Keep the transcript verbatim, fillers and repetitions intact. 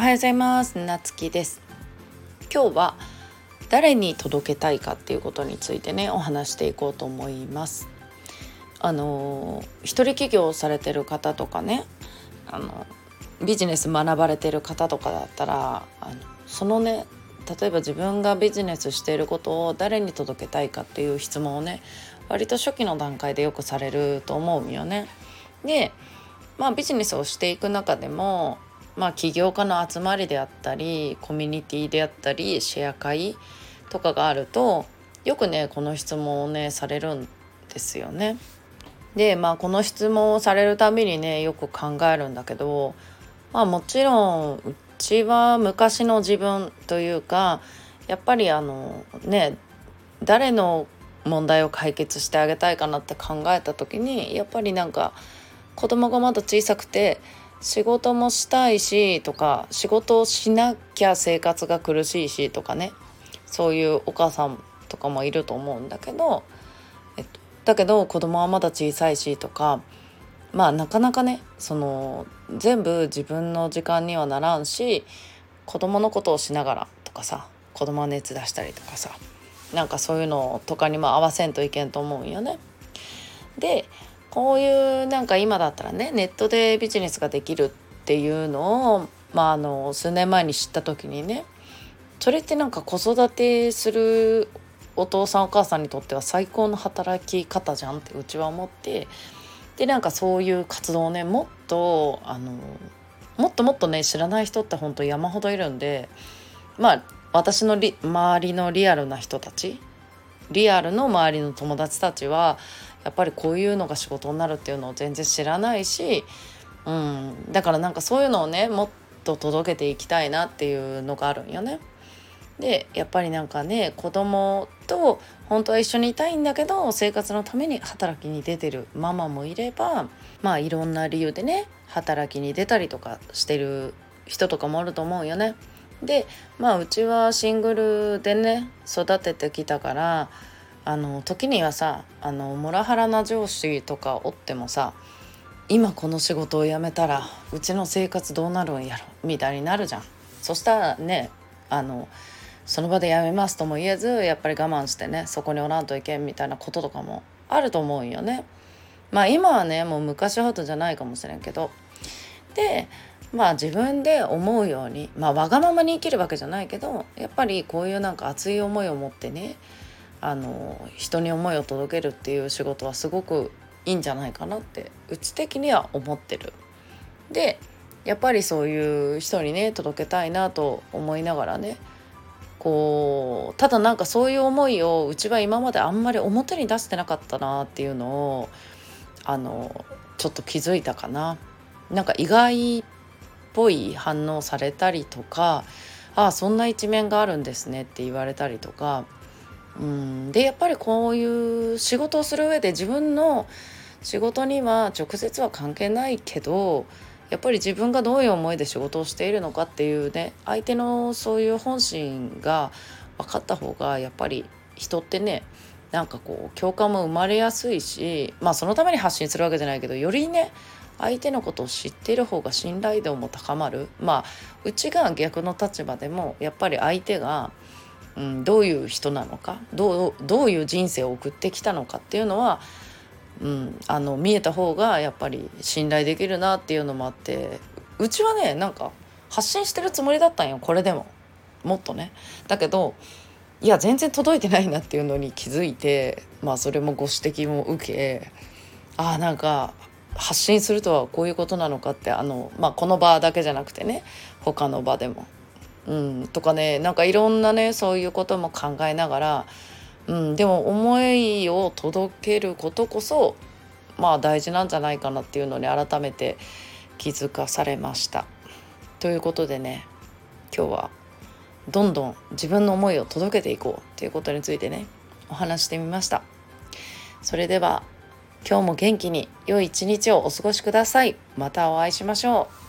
はようございます。なつきです。今日は誰に届けたいかっていうことについてねお話していこうと思います。あの一人起業されてる方とかね、あのビジネス学ばれてる方とかだったら、あのそのね例えば自分がビジネスしていることを誰に届けたいかっていう質問をね割と初期の段階でよくされると思うよね。で、まあビジネスをしていく中でもまあ起業家の集まりであったりコミュニティであったりシェア会とかがあるとよくねこの質問をねされるんですよね。でまあこの質問をされるたびにねよく考えるんだけど、まあもちろんうちは昔の自分というかやっぱりあのね誰の問題を解決してあげたいかなって考えた時にやっぱりなんか子供がまだ小さくて仕事もしたいしとか仕事をしなきゃ生活が苦しいしとかね、そういうお母さんとかもいると思うんだけど、えっと、だけど子供はまだ小さいしとか、まあなかなかねその全部自分の時間にはならんし、子供のことをしながらとかさ、子供は熱出したりとかさ、なんかそういうのとかにも合わせんといけんと思うんよね。でこういうなんか今だったらねネットでビジネスができるっていうのを、まあ、あの数年前に知った時にね、それってなんか子育てするお父さんお母さんにとっては最高の働き方じゃんってうちは思って、でなんかそういう活動をねもっとあのもっともっとね知らない人って本当山ほどいるんで、まあ私のリ周りのリアルな人たちリアルの周りの友達たちはやっぱりこういうのが仕事になるっていうのを全然知らないし、うん、だからなんかそういうのをねもっと届けていきたいなっていうのがあるんよね。でやっぱりなんかね子供と本当は一緒にいたいんだけど生活のために働きに出てるママもいれば、まあいろんな理由でね働きに出たりとかしてる人とかもおると思うよね。でまあうちはシングルでね育ててきたから、あの時にはさあのモラハラな上司とかおってもさ、今この仕事を辞めたらうちの生活どうなるんやろみたいになるじゃん。そしたらねあのその場で辞めますとも言えずやっぱり我慢してねそこにおらんといけんみたいなこととかもあると思うんよね。まあ今はねもう昔ほどじゃないかもしれんけど、でまあ自分で思うように、まあわがままに生きるわけじゃないけどやっぱりこういうなんか熱い思いを持ってねあの人に思いを届けるっていう仕事はすごくいいんじゃないかなってうち的には思ってる。でやっぱりそういう人にね届けたいなと思いながらね、こうただなんかそういう思いをうちは今まであんまり表に出してなかったなっていうのをあのちょっと気づいたかな。なんか意外っぽい反応されたりとか、ああそんな一面があるんですねって言われたりとか、うんでやっぱりこういう仕事をする上で自分の仕事には直接は関係ないけどやっぱり自分がどういう思いで仕事をしているのかっていうね相手のそういう本心が分かった方がやっぱり人ってねなんかこう共感も生まれやすいし、まあそのために発信するわけじゃないけどよりね相手のことを知っている方が信頼度も高まる。まあうちが逆の立場でもやっぱり相手がうん、どういう人なのかどう、どういう人生を送ってきたのかっていうのは、うん、あの見えた方がやっぱり信頼できるなっていうのもあって、うちはねなんか発信してるつもりだったんよこれでももっとね。だけどいや全然届いてないなっていうのに気づいて、まあそれもご指摘も受け、ああなんか発信するとはこういうことなのかってあの、まあ、この場だけじゃなくてね他の場でもうん、とかねなんかいろんなねそういうことも考えながら、うん、でも思いを届けることこそまあ大事なんじゃないかなっていうのに改めて気づかされました。ということでね今日はどんどん自分の思いを届けていこうっていうことについてねお話してみました。それでは今日も元気に良い一日をお過ごしください。またお会いしましょう。